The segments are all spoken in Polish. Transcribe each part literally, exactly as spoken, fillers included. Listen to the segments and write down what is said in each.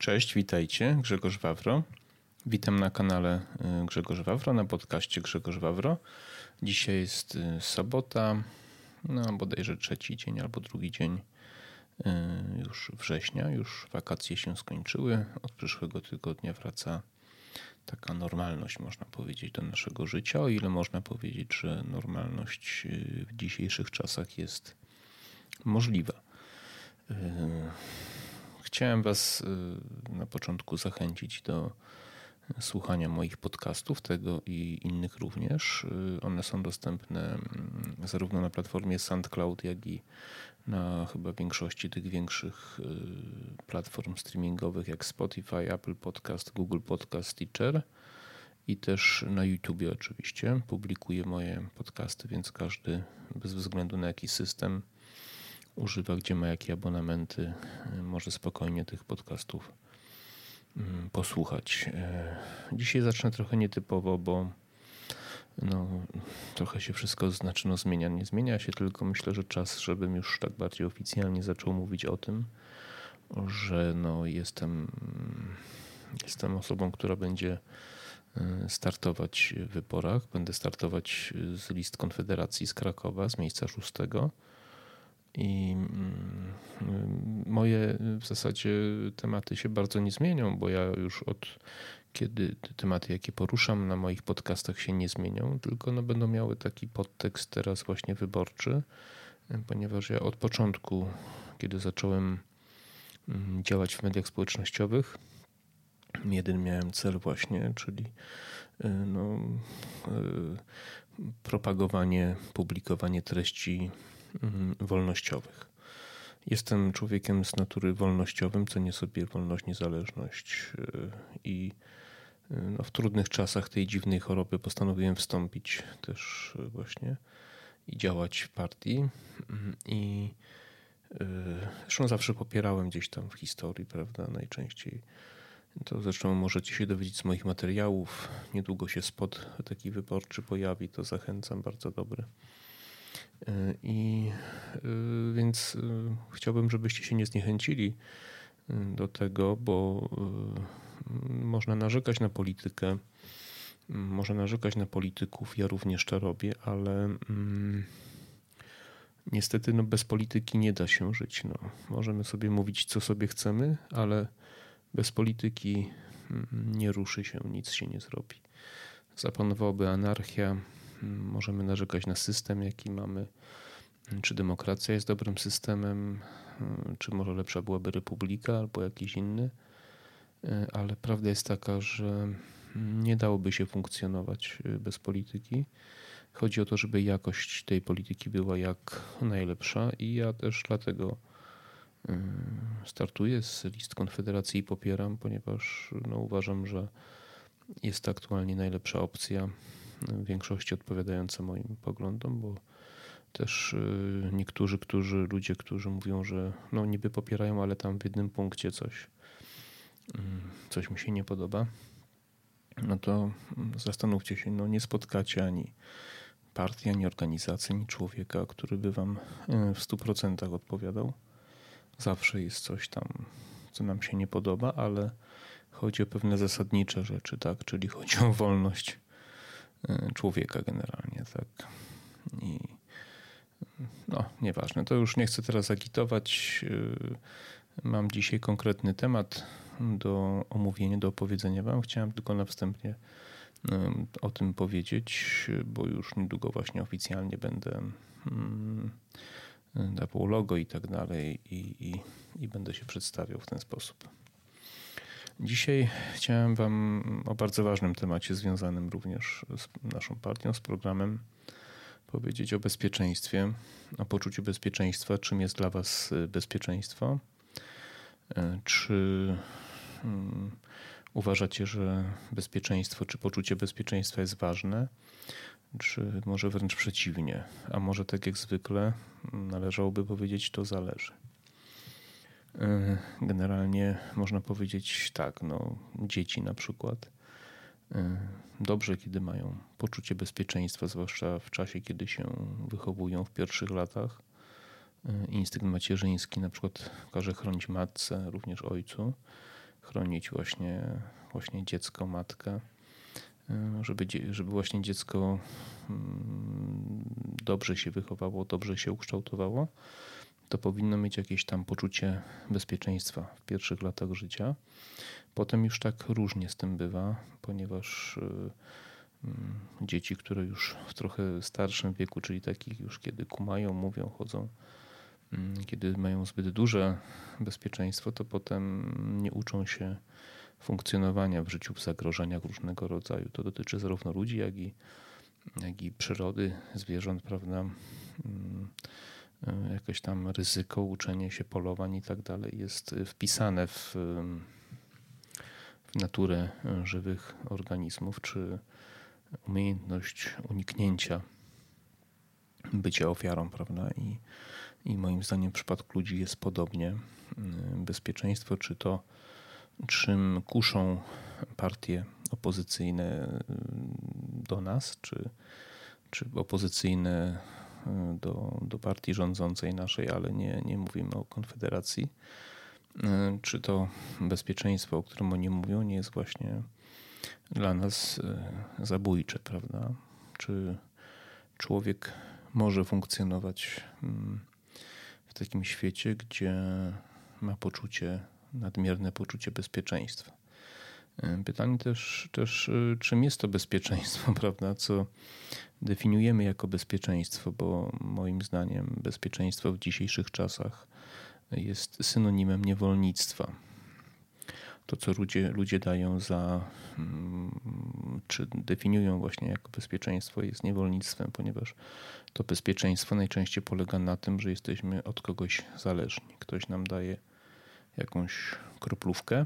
Cześć, witajcie. Grzegorz Wawro. Witam na kanale Grzegorz Wawro, na podcaście Grzegorz Wawro. Dzisiaj jest sobota, no bodajże trzeci dzień albo drugi dzień już września. Już wakacje się skończyły. Od przyszłego tygodnia wraca taka normalność, można powiedzieć, do naszego życia. O ile można powiedzieć, że normalność w dzisiejszych czasach jest możliwa. Chciałem Was na początku zachęcić do słuchania moich podcastów, tego i innych również. One są dostępne zarówno na platformie SoundCloud, jak i na chyba większości tych większych platform streamingowych jak Spotify, Apple Podcast, Google Podcast, Stitcher i też na YouTubie oczywiście. Publikuję moje podcasty, więc każdy bez względu na jaki system używa, gdzie ma jakie abonamenty, może spokojnie tych podcastów posłuchać. Dzisiaj zacznę trochę nietypowo, bo no, trochę się wszystko znaczy, no, zmienia. Nie zmienia się, tylko myślę, że czas, żebym już tak bardziej oficjalnie zaczął mówić o tym, że no, jestem, jestem osobą, która będzie startować w wyborach. Będę startować z list Konfederacji z Krakowa, z miejsca szóstego. I moje w zasadzie tematy się bardzo nie zmienią, bo ja już od kiedy te tematy, jakie poruszam na moich podcastach się nie zmienią, tylko no będą miały taki podtekst teraz właśnie wyborczy, ponieważ ja od początku, kiedy zacząłem działać w mediach społecznościowych, jeden miałem cel właśnie, czyli no, propagowanie, publikowanie treści wolnościowych. Jestem człowiekiem z natury wolnościowym, cenię sobie wolność, niezależność i no, w trudnych czasach tej dziwnej choroby postanowiłem wstąpić też właśnie i działać w partii i zresztą zawsze popierałem gdzieś tam w historii, prawda, najczęściej. To zresztą możecie się dowiedzieć z moich materiałów. Niedługo się spot taki wyborczy pojawi, to zachęcam, bardzo dobry. I więc chciałbym, żebyście się nie zniechęcili do tego, bo można narzekać na politykę, można narzekać na polityków, ja również to robię, ale niestety no, bez polityki nie da się żyć. No. Możemy sobie mówić, co sobie chcemy, ale bez polityki nie ruszy się, nic się nie zrobi. Zapanowałaby anarchia, możemy narzekać na system, jaki mamy, czy demokracja jest dobrym systemem, czy może lepsza byłaby republika albo jakiś inny, ale prawda jest taka, że nie dałoby się funkcjonować bez polityki. Chodzi o to, żeby jakość tej polityki była jak najlepsza i ja też dlatego startuję z list Konfederacji i popieram, ponieważ no, uważam, że jest to aktualnie najlepsza opcja, w większości odpowiadająca moim poglądom, bo też niektórzy, którzy, ludzie, którzy mówią, że no niby popierają, ale tam w jednym punkcie coś, coś mi się nie podoba, no to zastanówcie się, no nie spotkacie ani partii, ani organizacji, ani człowieka, który by wam w stu procentach odpowiadał. Zawsze jest coś tam, co nam się nie podoba, ale chodzi o pewne zasadnicze rzeczy, tak? Czyli chodzi o wolność człowieka generalnie, tak? I no, nieważne. To już nie chcę teraz agitować. Mam dzisiaj konkretny temat do omówienia, do opowiedzenia wam. Chciałem tylko na wstępie o tym powiedzieć, bo już niedługo właśnie oficjalnie będę dawał logo i tak dalej i, i, i będę się przedstawiał w ten sposób. Dzisiaj chciałem wam o bardzo ważnym temacie związanym również z naszą partią, z programem powiedzieć o bezpieczeństwie, o poczuciu bezpieczeństwa. Czym jest dla was bezpieczeństwo? Czy um, uważacie, że bezpieczeństwo, czy poczucie bezpieczeństwa jest ważne? Czy może wręcz przeciwnie? A może tak jak zwykle należałoby powiedzieć, to zależy. Generalnie można powiedzieć tak, no dzieci na przykład dobrze, kiedy mają poczucie bezpieczeństwa, zwłaszcza w czasie, kiedy się wychowują w pierwszych latach. Instynkt macierzyński na przykład każe chronić matce, również ojcu. chronić właśnie, właśnie dziecko, matkę, żeby, żeby właśnie dziecko dobrze się wychowało, dobrze się ukształtowało, to powinno mieć jakieś tam poczucie bezpieczeństwa w pierwszych latach życia. Potem już tak różnie z tym bywa, ponieważ dzieci, które już w trochę starszym wieku, czyli takich już kiedy kumają, mówią, chodzą, kiedy mają zbyt duże bezpieczeństwo, to potem nie uczą się funkcjonowania w życiu w zagrożeniach różnego rodzaju. To dotyczy zarówno ludzi, jak i, jak i przyrody, zwierząt, prawda? Jakieś tam ryzyko, uczenie się polowań i tak dalej jest wpisane w, w naturę żywych organizmów, czy umiejętność uniknięcia bycia ofiarą, prawda? I, i moim zdaniem w przypadku ludzi jest podobnie. Bezpieczeństwo, czy to czym kuszą partie opozycyjne do nas, czy, czy opozycyjne do, do partii rządzącej naszej, ale nie, nie mówimy o Konfederacji. Czy to bezpieczeństwo, o którym oni mówią, nie jest właśnie dla nas zabójcze, prawda? Czy człowiek może funkcjonować w takim świecie, gdzie ma poczucie, nadmierne poczucie bezpieczeństwa? Pytanie też, też czym jest to bezpieczeństwo, prawda? Co definiujemy jako bezpieczeństwo, bo moim zdaniem bezpieczeństwo w dzisiejszych czasach jest synonimem niewolnictwa. To, co ludzie, ludzie dają za, czy definiują właśnie jako bezpieczeństwo, jest niewolnictwem, ponieważ to bezpieczeństwo najczęściej polega na tym, że jesteśmy od kogoś zależni. Ktoś nam daje jakąś kroplówkę,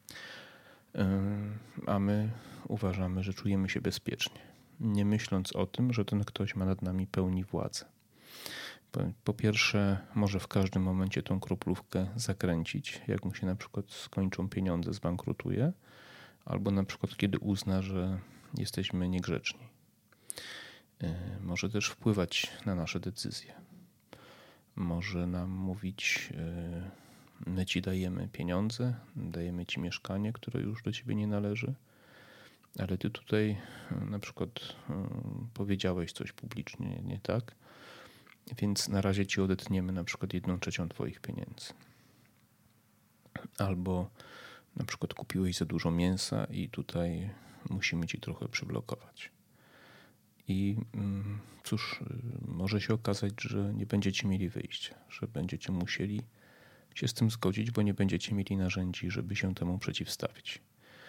a my uważamy, że czujemy się bezpiecznie, nie myśląc o tym, że ten ktoś ma nad nami pełni władzę. Po, po pierwsze, może w każdym momencie tą kroplówkę zakręcić, jak mu się na przykład skończą pieniądze, zbankrutuje, albo na przykład kiedy uzna, że jesteśmy niegrzeczni. Może też wpływać na nasze decyzje. Może nam mówić, my ci dajemy pieniądze, dajemy ci mieszkanie, które już do ciebie nie należy, ale ty tutaj na przykład powiedziałeś coś publicznie nie tak, więc na razie ci odetniemy na przykład jedną trzecią twoich pieniędzy. Albo na przykład kupiłeś za dużo mięsa i tutaj musimy ci trochę przyblokować. I cóż, może się okazać, że nie będziecie mieli wyjścia, że będziecie musieli się z tym zgodzić, bo nie będziecie mieli narzędzi, żeby się temu przeciwstawić.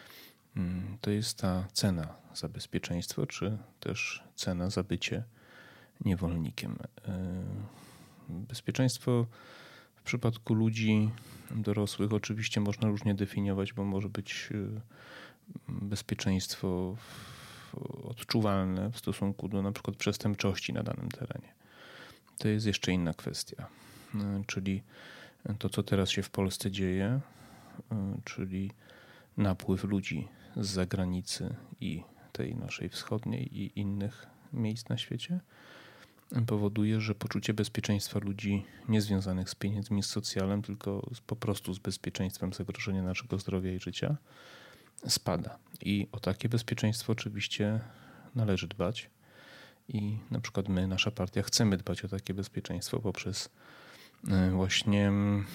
To jest ta cena za bezpieczeństwo, czy też cena za bycie niewolnikiem. Bezpieczeństwo w przypadku ludzi dorosłych oczywiście można różnie definiować, bo może być bezpieczeństwo odczuwalne w stosunku do na przykład przestępczości na danym terenie. To jest jeszcze inna kwestia, czyli to, co teraz się w Polsce dzieje, czyli napływ ludzi z zagranicy i tej naszej wschodniej i innych miejsc na świecie, powoduje, że poczucie bezpieczeństwa ludzi niezwiązanych z pieniędzmi, z socjalem, tylko po prostu z bezpieczeństwem zagrożenia naszego zdrowia i życia spada. I o takie bezpieczeństwo oczywiście należy dbać i na przykład my, nasza partia, chcemy dbać o takie bezpieczeństwo poprzez właśnie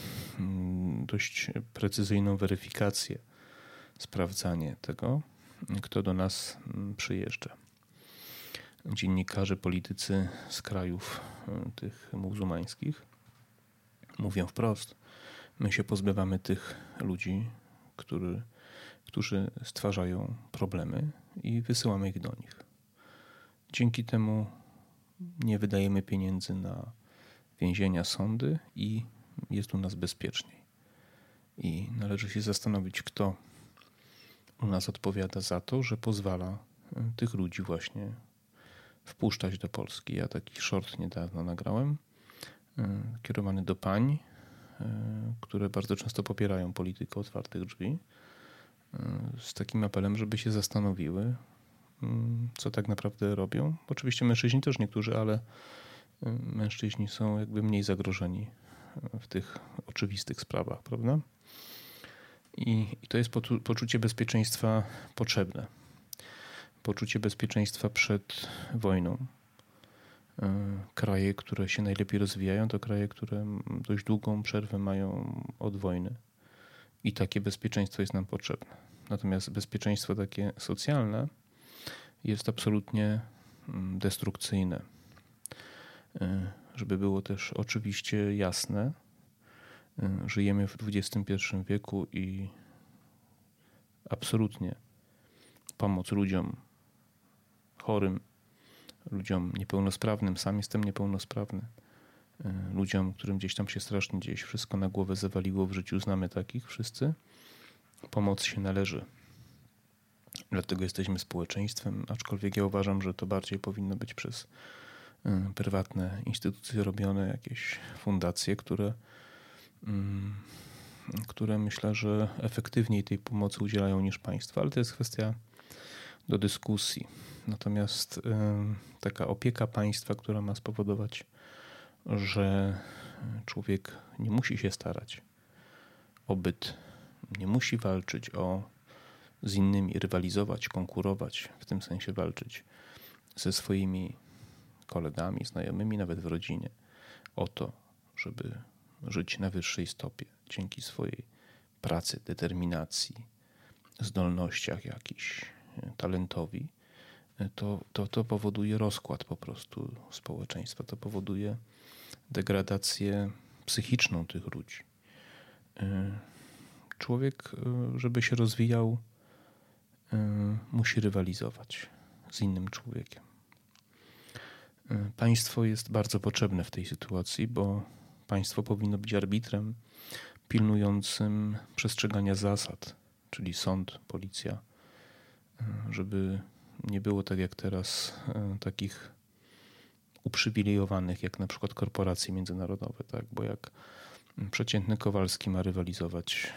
dość precyzyjną weryfikację, sprawdzanie tego, kto do nas przyjeżdża. Dziennikarze, politycy z krajów tych muzułmańskich mówią wprost, my się pozbywamy tych ludzi, który, którzy stwarzają problemy i wysyłamy ich do nich. Dzięki temu nie wydajemy pieniędzy na więzienia, sądy i jest u nas bezpieczniej. I należy się zastanowić, kto u nas odpowiada za to, że pozwala tych ludzi właśnie wpuszczać do Polski. Ja taki short niedawno nagrałem, kierowany do pań, które bardzo często popierają politykę otwartych drzwi, z takim apelem, żeby się zastanowiły, co tak naprawdę robią. Oczywiście mężczyźni też niektórzy, ale mężczyźni są jakby mniej zagrożeni w tych oczywistych sprawach, prawda? I, i to jest poczu- poczucie bezpieczeństwa potrzebne. Poczucie bezpieczeństwa przed wojną. Kraje, które się najlepiej rozwijają, to kraje, które dość długą przerwę mają od wojny. I takie bezpieczeństwo jest nam potrzebne. Natomiast bezpieczeństwo takie socjalne jest absolutnie destrukcyjne. Żeby było też oczywiście jasne, żyjemy w dwudziestym pierwszym wieku i absolutnie pomoc ludziom chorym, ludziom niepełnosprawnym, sam jestem niepełnosprawny, ludziom, którym gdzieś tam się strasznie gdzieś wszystko na głowę zawaliło w życiu, znamy takich wszyscy, pomoc się należy. Dlatego jesteśmy społeczeństwem, aczkolwiek ja uważam, że to bardziej powinno być przez prywatne instytucje robione, jakieś fundacje, które, które myślę, że efektywniej tej pomocy udzielają niż państwo, ale to jest kwestia do dyskusji. Natomiast taka opieka państwa, która ma spowodować, że człowiek nie musi się starać o byt, nie musi walczyć o, z innymi, rywalizować, konkurować, w tym sensie walczyć ze swoimi kolegami, znajomymi, nawet w rodzinie, o to, żeby żyć na wyższej stopie dzięki swojej pracy, determinacji, zdolnościach jakichś, talentowi, to, to, to powoduje rozkład po prostu społeczeństwa. To powoduje degradację psychiczną tych ludzi. Człowiek, żeby się rozwijał, musi rywalizować z innym człowiekiem. Państwo jest bardzo potrzebne w tej sytuacji, bo państwo powinno być arbitrem pilnującym przestrzegania zasad, czyli sąd, policja, żeby nie było tak jak teraz takich uprzywilejowanych, jak na przykład korporacje międzynarodowe, tak? Bo jak przeciętny Kowalski ma rywalizować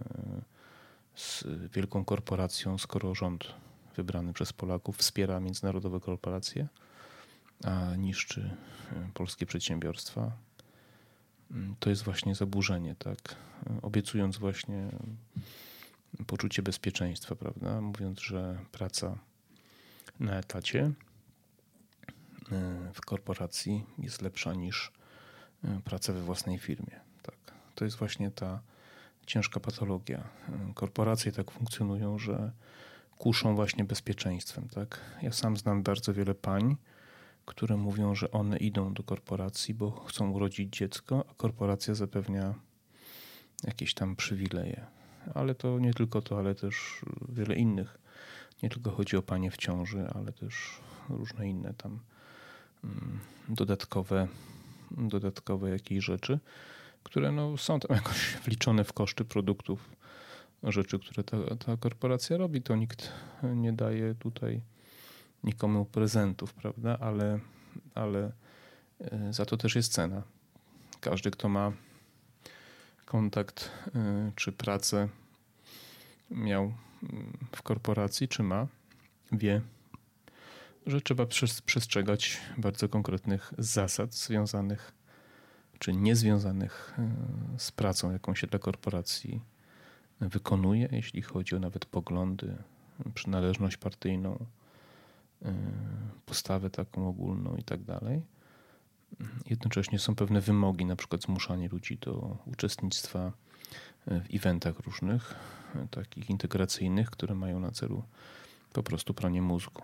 z wielką korporacją, skoro rząd wybrany przez Polaków wspiera międzynarodowe korporacje, a niszczy polskie przedsiębiorstwa, to jest właśnie zaburzenie, tak? Obiecując właśnie poczucie bezpieczeństwa, prawda? Mówiąc, że praca na etacie w korporacji jest lepsza niż praca we własnej firmie. Tak. To jest właśnie ta ciężka patologia. Korporacje tak funkcjonują, że kuszą właśnie bezpieczeństwem. Tak. Ja sam znam bardzo wiele pań, które mówią, że one idą do korporacji, bo chcą urodzić dziecko, a korporacja zapewnia jakieś tam przywileje. Ale to nie tylko to, ale też wiele innych. Nie tylko chodzi o panie w ciąży, ale też różne inne tam dodatkowe, dodatkowe jakieś rzeczy, które no są tam jakoś wliczone w koszty produktów, rzeczy, które ta, ta korporacja robi. To nikt nie daje tutaj nikomu prezentów, prawda? Ale, ale za to też jest cena. Każdy, kto ma kontakt czy pracę miał w korporacji, czy ma, wie, że trzeba przestrzegać bardzo konkretnych zasad związanych czy niezwiązanych z pracą, jaką się dla korporacji wykonuje, jeśli chodzi o nawet poglądy, przynależność partyjną, postawę taką ogólną i tak dalej. Jednocześnie są pewne wymogi, na przykład zmuszanie ludzi do uczestnictwa w eventach różnych, takich integracyjnych, które mają na celu po prostu pranie mózgu.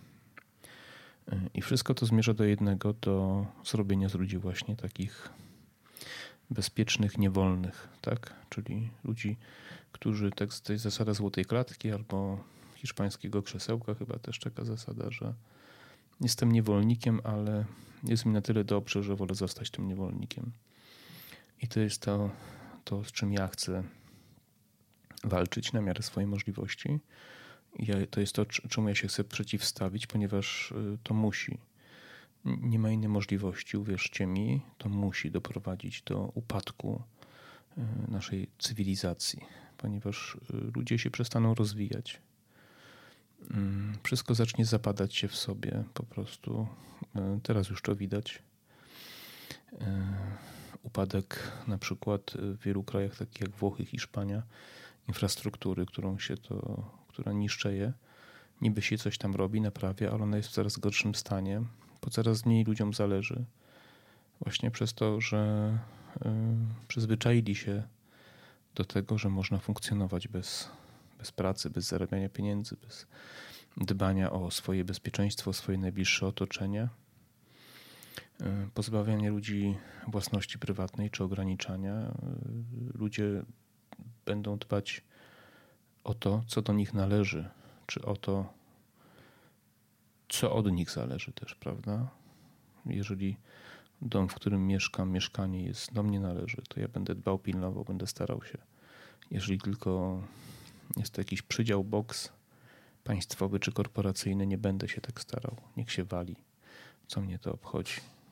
I wszystko to zmierza do jednego, do zrobienia z ludzi właśnie takich bezpiecznych, niewolnych, tak? Czyli ludzi, którzy, tak, to jest zasada złotej klatki albo hiszpańskiego krzesełka, chyba też taka zasada, że jestem niewolnikiem, ale jest mi na tyle dobrze, że wolę zostać tym niewolnikiem. I to jest to, to z czym ja chcę walczyć na miarę swojej możliwości. I ja, to jest to, czemu ja się chcę przeciwstawić, ponieważ to musi. Nie ma innej możliwości, uwierzcie mi, to musi doprowadzić do upadku naszej cywilizacji, ponieważ ludzie się przestaną rozwijać. Wszystko zacznie zapadać się w sobie po prostu. Teraz już to widać. Upadek na przykład w wielu krajach takich jak Włochy, Hiszpania infrastruktury, którą się to, która niszczeje. Niby się coś tam robi, naprawia, ale ona jest w coraz gorszym stanie, bo coraz mniej ludziom zależy. Właśnie przez to, że y, przyzwyczaili się do tego, że można funkcjonować bez, bez pracy, bez zarabiania pieniędzy, bez dbania o swoje bezpieczeństwo, o swoje najbliższe otoczenie. Y, pozbawianie ludzi własności prywatnej czy ograniczania. Y, ludzie będą dbać o to, co do nich należy, czy o to, co od nich zależy też, prawda? Jeżeli dom, w którym mieszkam, mieszkanie jest, do mnie należy, to ja będę dbał, pilnował, będę starał się. Jeżeli tylko jest to jakiś przydział, boks państwowy czy korporacyjny, nie będę się tak starał. Niech się wali. Co mnie to obchodzi?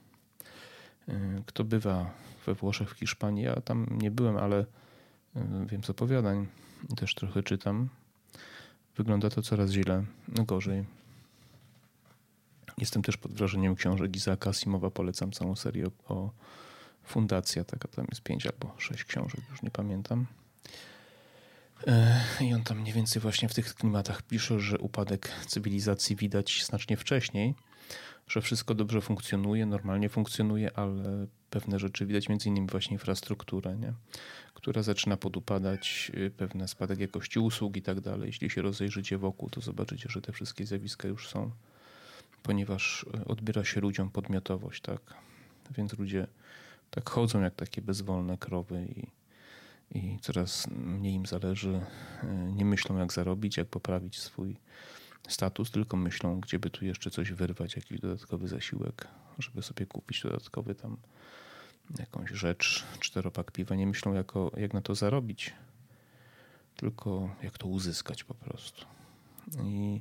Kto bywa we Włoszech, w Hiszpanii? Ja tam nie byłem, ale wiem z opowiadań, też trochę czytam. Wygląda to coraz źle, no gorzej. Jestem też pod wrażeniem książek Isaaca Asimowa. Polecam całą serię o Fundacja. Taka tam jest pięć albo sześć książek, już nie pamiętam. I on tam mniej więcej właśnie w tych klimatach pisze, że upadek cywilizacji widać znacznie wcześniej, że wszystko dobrze funkcjonuje, normalnie funkcjonuje, ale pewne rzeczy widać, między innymi właśnie infrastrukturę, nie? Która zaczyna podupadać, pewne spadek jakości usług i tak dalej. Jeśli się rozejrzycie wokół, to zobaczycie, że te wszystkie zjawiska już są, ponieważ odbiera się ludziom podmiotowość, tak? Więc ludzie tak chodzą jak takie bezwolne krowy i, i coraz mniej im zależy. Nie myślą, jak zarobić, jak poprawić swój status, tylko myślą, gdzie by tu jeszcze coś wyrwać, jakiś dodatkowy zasiłek, żeby sobie kupić dodatkowy tam jakąś rzecz, czteropak piwa. Nie myślą, jako, jak na to zarobić, tylko jak to uzyskać po prostu. I,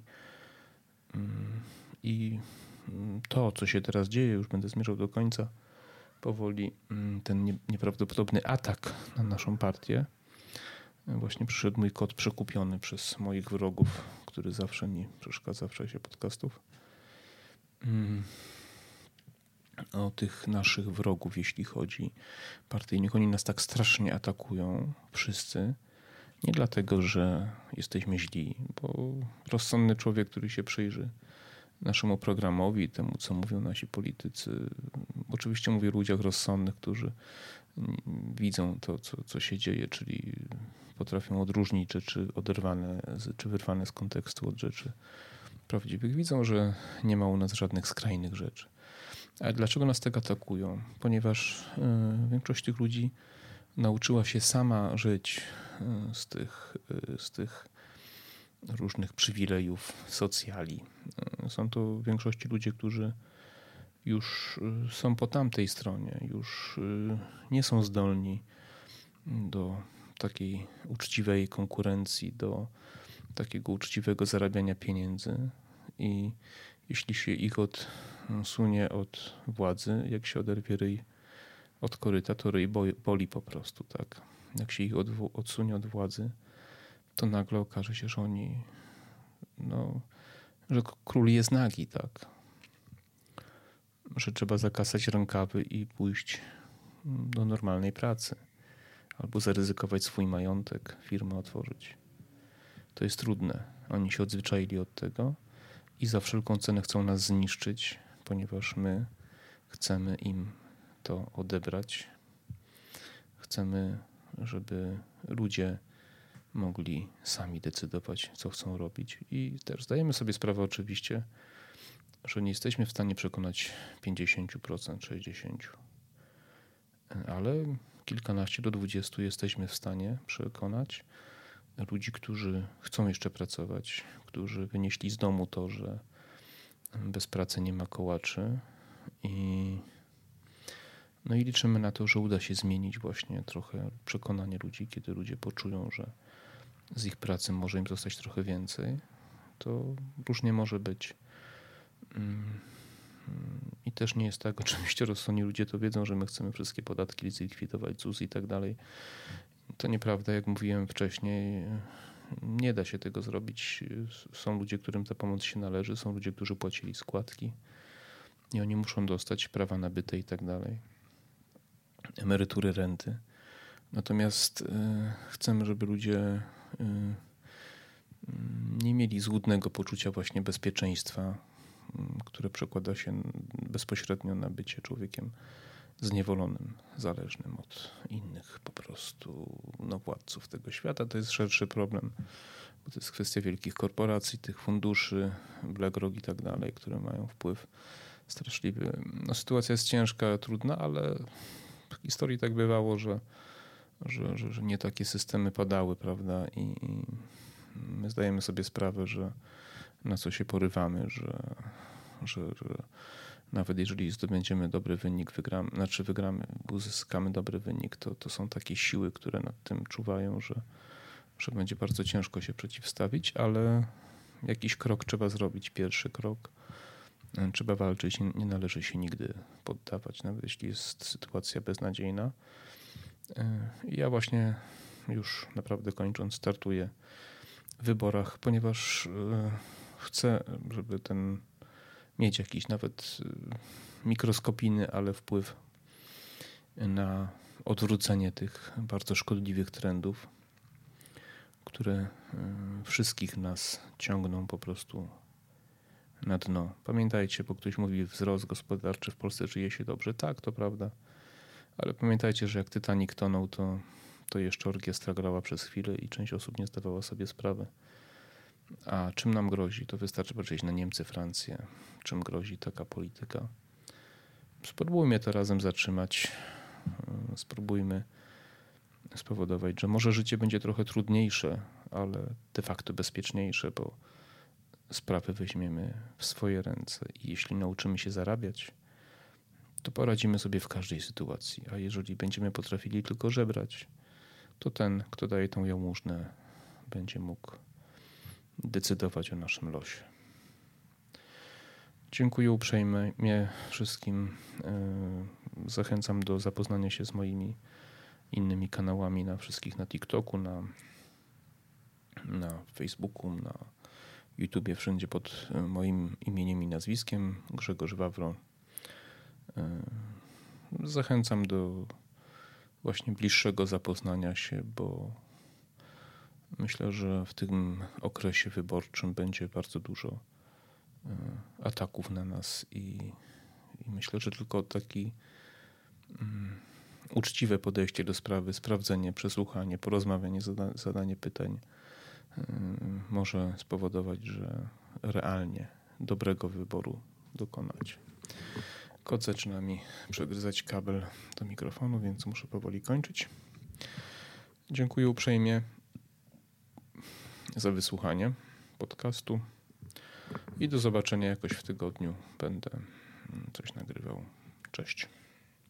i to, co się teraz dzieje, już będę zmierzał do końca powoli, ten nie, nieprawdopodobny atak na naszą partię. Właśnie przyszedł mój kot przekupiony przez moich wrogów, który zawsze mi przeszkadza w czasie podcastów. O tych naszych wrogów, jeśli chodzi partyjnych. Oni nas tak strasznie atakują, wszyscy. Nie dlatego, że jesteśmy źli, bo rozsądny człowiek, który się przyjrzy naszemu programowi, temu, co mówią nasi politycy. Oczywiście mówię o ludziach rozsądnych, którzy widzą to, co, co się dzieje, czyli potrafią odróżnić rzeczy oderwane, czy wyrwane z kontekstu od rzeczy prawdziwych. Widzą, że nie ma u nas żadnych skrajnych rzeczy. Ale dlaczego nas tak atakują? Ponieważ większość tych ludzi nauczyła się sama żyć z tych, z tych różnych przywilejów, socjali. Są to w większości ludzie, którzy już są po tamtej stronie, już nie są zdolni do takiej uczciwej konkurencji, do takiego uczciwego zarabiania pieniędzy. I jeśli się ich odsunie od władzy, jak się oderwie ryj od koryta, to ryj boli po prostu, tak. Jak się ich odsunie od władzy, to nagle okaże się, że oni, no, że król jest nagi, tak. Że trzeba zakasać rękawy i pójść do normalnej pracy. Albo zaryzykować swój majątek, firmę otworzyć. To jest trudne. Oni się odzwyczaili od tego i za wszelką cenę chcą nas zniszczyć, ponieważ my chcemy im to odebrać. Chcemy, żeby ludzie mogli sami decydować, co chcą robić. I też zdajemy sobie sprawę oczywiście, że nie jesteśmy w stanie przekonać pięćdziesiąt procent, sześćdziesiąt procent. Ale kilkanaście do dwudziestu jesteśmy w stanie przekonać ludzi, którzy chcą jeszcze pracować, którzy wynieśli z domu to, że bez pracy nie ma kołaczy. I, no i liczymy na to, że uda się zmienić właśnie trochę przekonanie ludzi, kiedy ludzie poczują, że z ich pracy może im zostać trochę więcej. To różnie może być. I też nie jest tak, oczywiście rozsądni ludzie to wiedzą, że my chcemy wszystkie podatki zlikwidować, Z U S i tak dalej. To nieprawda, jak mówiłem wcześniej, nie da się tego zrobić. Są ludzie, którym ta pomoc się należy, są ludzie, którzy płacili składki i oni muszą dostać prawa nabyte i tak dalej. Emerytury, renty. Natomiast chcemy, żeby ludzie nie mieli złudnego poczucia właśnie bezpieczeństwa, które przekłada się bezpośrednio na bycie człowiekiem zniewolonym, zależnym od innych po prostu no, władców tego świata. To jest szerszy problem, bo to jest kwestia wielkich korporacji, tych funduszy, BlackRock i tak dalej, które mają wpływ straszliwy. No, sytuacja jest ciężka, trudna, ale w historii tak bywało, że, że, że, że nie takie systemy padały, prawda? I, i my zdajemy sobie sprawę, że na co się porywamy, że, że, że nawet jeżeli zdobędziemy dobry wynik, wygramy, znaczy wygramy, uzyskamy dobry wynik, to, to są takie siły, które nad tym czuwają, że, że będzie bardzo ciężko się przeciwstawić, ale jakiś krok trzeba zrobić, pierwszy krok. Trzeba walczyć, nie należy się nigdy poddawać, nawet jeśli jest sytuacja beznadziejna. Ja właśnie już naprawdę kończąc startuję w wyborach, ponieważ chcę, żeby ten mieć jakiś nawet mikroskopijny, ale wpływ na odwrócenie tych bardzo szkodliwych trendów, które wszystkich nas ciągną po prostu na dno. Pamiętajcie, bo ktoś mówi, wzrost gospodarczy w Polsce żyje się dobrze. Tak, to prawda. Ale pamiętajcie, że jak Titanic tonął, to, to jeszcze orkiestra grała przez chwilę i część osób nie zdawała sobie sprawy. A czym nam grozi? To wystarczy patrzeć na Niemcy, Francję. Czym grozi taka polityka? Spróbujmy to razem zatrzymać. Spróbujmy spowodować, że może życie będzie trochę trudniejsze, ale de facto bezpieczniejsze, bo sprawy weźmiemy w swoje ręce i jeśli nauczymy się zarabiać, to poradzimy sobie w każdej sytuacji. A jeżeli będziemy potrafili tylko żebrać, to ten, kto daje tą jałmużnę, będzie mógł decydować o naszym losie. Dziękuję uprzejmie wszystkim. Zachęcam do zapoznania się z moimi innymi kanałami na wszystkich, na TikToku, na, na Facebooku, na YouTubie, wszędzie pod moim imieniem i nazwiskiem, Grzegorz Wawro. Zachęcam do właśnie bliższego zapoznania się, bo myślę, że w tym okresie wyborczym będzie bardzo dużo ataków na nas i, i myślę, że tylko taki um, uczciwe podejście do sprawy, sprawdzenie, przesłuchanie, porozmawianie, zada, zadanie pytań um, może spowodować, że realnie dobrego wyboru dokonać. Kot zaczyna mi przegryzać kabel do mikrofonu, więc muszę powoli kończyć. Dziękuję uprzejmie za wysłuchanie podcastu i do zobaczenia jakoś w tygodniu. Będę coś nagrywał. Cześć.